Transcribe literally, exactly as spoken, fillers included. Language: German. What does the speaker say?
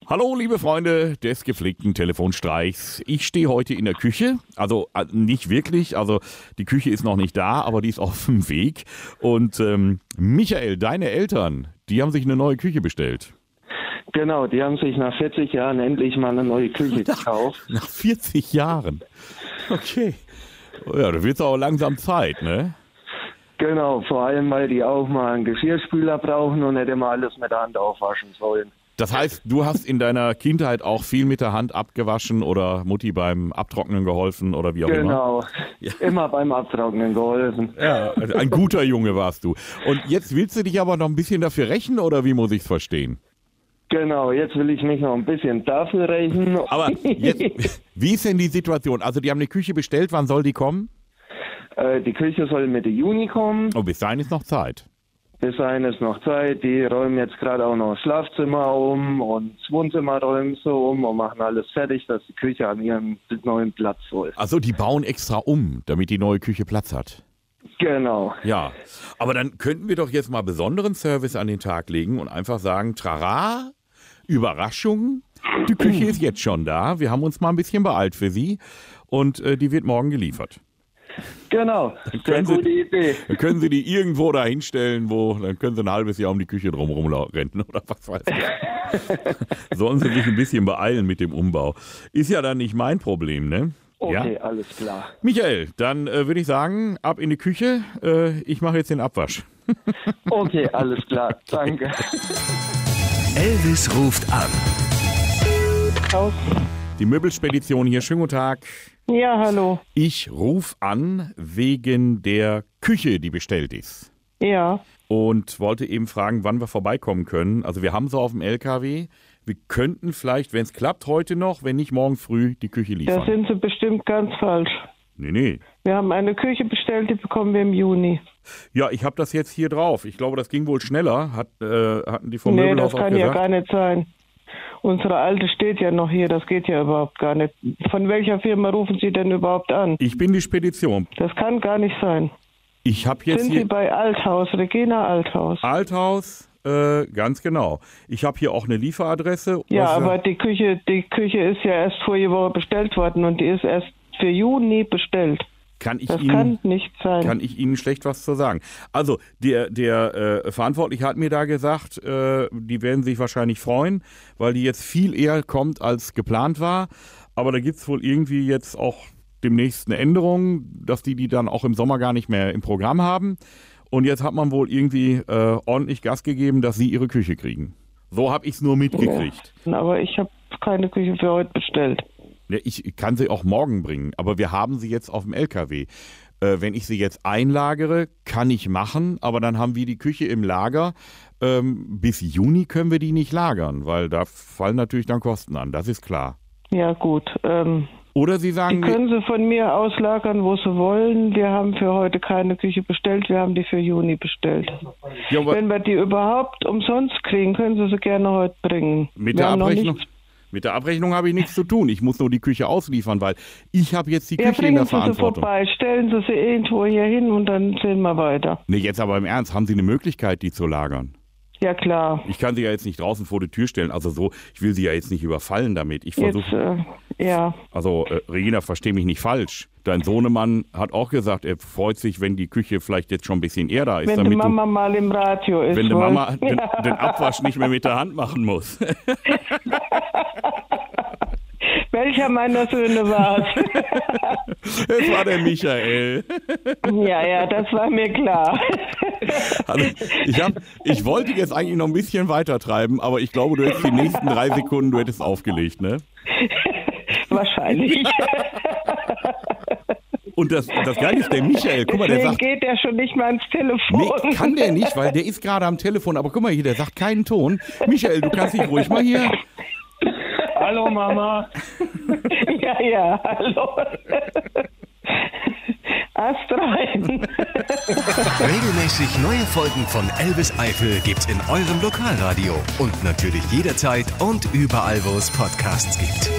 Hallo, liebe Freunde des gepflegten Telefonstreichs. Ich stehe heute in der Küche, also äh, nicht wirklich, also die Küche ist noch nicht da, aber die ist auf dem Weg. Und ähm, Michael, deine Eltern, die haben sich eine neue Küche bestellt. Genau, die haben sich nach vierzig Jahren endlich mal eine neue Küche gekauft. Nach vierzig Jahren? Okay. Ja, da wird es auch langsam Zeit, ne? Genau, vor allem, weil die auch mal einen Geschirrspüler brauchen und nicht immer alles mit der Hand aufwaschen sollen. Das heißt, du hast in deiner Kindheit auch viel mit der Hand abgewaschen oder Mutti beim Abtrocknen geholfen oder wie auch genau. immer? Genau, ja. Immer beim Abtrocknen geholfen. Ja, ein guter Junge warst du. Und jetzt willst du dich aber noch ein bisschen dafür rächen oder wie muss ich es verstehen? Genau, jetzt will ich mich noch ein bisschen dafür rächen. Aber jetzt, wie ist denn die Situation? Also die haben eine Küche bestellt, wann soll die kommen? Äh, die Küche soll Mitte Juni kommen. Oh, bis dahin ist noch Zeit. Bis dahin ist noch Zeit. Die räumen jetzt gerade auch noch das Schlafzimmer um und das Wohnzimmer räumen sie um und machen alles fertig, dass die Küche an ihrem neuen Platz so ist. Also die bauen extra um, damit die neue Küche Platz hat. Genau. Ja, aber dann könnten wir doch jetzt mal besonderen Service an den Tag legen und einfach sagen, trara, Überraschung, die Küche ist jetzt schon da. Wir haben uns mal ein bisschen beeilt für Sie und äh, die wird morgen geliefert. Genau, sehr Sie, gute Idee. Dann können Sie die irgendwo da hinstellen, wo, dann können Sie ein halbes Jahr um die Küche drumherum rennen oder was weiß ich. Sollen Sie sich ein bisschen beeilen mit dem Umbau. Ist ja dann nicht mein Problem, ne? Okay, ja? Alles klar. Michael, dann äh, würde ich sagen, ab in die Küche. Äh, ich mache jetzt den Abwasch. Okay, alles klar. Danke. Elvis ruft an. Aus. Die Möbelspedition hier, schönen guten Tag. Ja, hallo. Ich rufe an wegen der Küche, die bestellt ist. Ja. Und wollte eben fragen, wann wir vorbeikommen können. Also wir haben so auf dem L K W, wir könnten vielleicht, wenn es klappt, heute noch, wenn nicht morgen früh, die Küche liefern. Da sind Sie bestimmt ganz falsch. Nee, nee. Wir haben eine Küche bestellt, die bekommen wir im Juni. Ja, ich habe das jetzt hier drauf. Ich glaube, das ging wohl schneller, hat, äh, hatten die vom nee, Möbelhaus das auch kann gesagt. ja gar nicht sein. Unsere alte steht ja noch hier, das geht ja überhaupt gar nicht. Von welcher Firma rufen Sie denn überhaupt an? Ich bin die Spedition. Das kann gar nicht sein. Ich habe jetzt Sind hier... Sie bei Althaus, Regina Althaus? Althaus, äh, ganz genau. Ich habe hier auch eine Lieferadresse. Ja, Was, aber die Küche, die Küche ist ja erst vorige Woche bestellt worden und die ist erst für Juni bestellt. Kann ich das Ihnen, kann nicht sein. Kann ich Ihnen schlecht was zu sagen. Also, der, der äh, Verantwortliche hat mir da gesagt, äh, die werden sich wahrscheinlich freuen, weil die jetzt viel eher kommt, als geplant war. Aber da gibt es wohl irgendwie jetzt auch demnächst eine Änderung, dass die die dann auch im Sommer gar nicht mehr im Programm haben. Und jetzt hat man wohl irgendwie äh, ordentlich Gas gegeben, dass sie ihre Küche kriegen. So habe ich es nur mitgekriegt. Ja, aber ich habe keine Küche für heute bestellt. Ich kann sie auch morgen bringen, aber wir haben sie jetzt auf dem L K W. Äh, wenn ich sie jetzt einlagere, kann ich machen, aber dann haben wir die Küche im Lager. Ähm, bis Juni können wir die nicht lagern, weil da fallen natürlich dann Kosten an, das ist klar. Ja gut. Ähm, Oder Sie sagen... Die können Sie von mir auslagern, wo Sie wollen. Wir haben für heute keine Küche bestellt, wir haben die für Juni bestellt. Ja, wenn wir die überhaupt umsonst kriegen, können Sie sie gerne heute bringen. Mit wir der Abrechnung... Mit der Abrechnung habe ich nichts zu tun. Ich muss nur die Küche ausliefern, weil ich habe jetzt die ja, Küche in der Verantwortung. Sie vorbei, stellen Sie sie irgendwo hier hin und dann sehen wir weiter. Nee, jetzt aber im Ernst, haben Sie eine Möglichkeit, die zu lagern? Ja, klar. Ich kann sie ja jetzt nicht draußen vor die Tür stellen. Also so, ich will sie ja jetzt nicht überfallen damit. Ich versuche. Äh, ja. Also, äh, Regina, versteh mich nicht falsch. Dein Sohnemann hat auch gesagt, er freut sich, wenn die Küche vielleicht jetzt schon ein bisschen eher da ist. Wenn damit die Mama du, mal im Radio ist. Wenn die Mama ja. den, den Abwasch nicht mehr mit der Hand machen muss. Welcher meiner Söhne war es? Es war der Michael. Ja, ja, das war mir klar. Also ich, hab, ich wollte jetzt eigentlich noch ein bisschen weiter treiben, aber ich glaube, du hättest die nächsten drei Sekunden, du hättest aufgelegt, ne? Wahrscheinlich. Und das, das Geile ist, der Michael, guck mal, der Deswegen sagt... geht der schon nicht mal ans Telefon. Nee, kann der nicht, weil der ist gerade am Telefon. Aber guck mal hier, der sagt keinen Ton. Michael, du kannst dich ruhig mal hier... Hallo Mama. Ja, ja, hallo. Ast rein. Regelmäßig neue Folgen von Elvis Eifel gibt's in eurem Lokalradio. Und natürlich jederzeit und überall, wo es Podcasts gibt.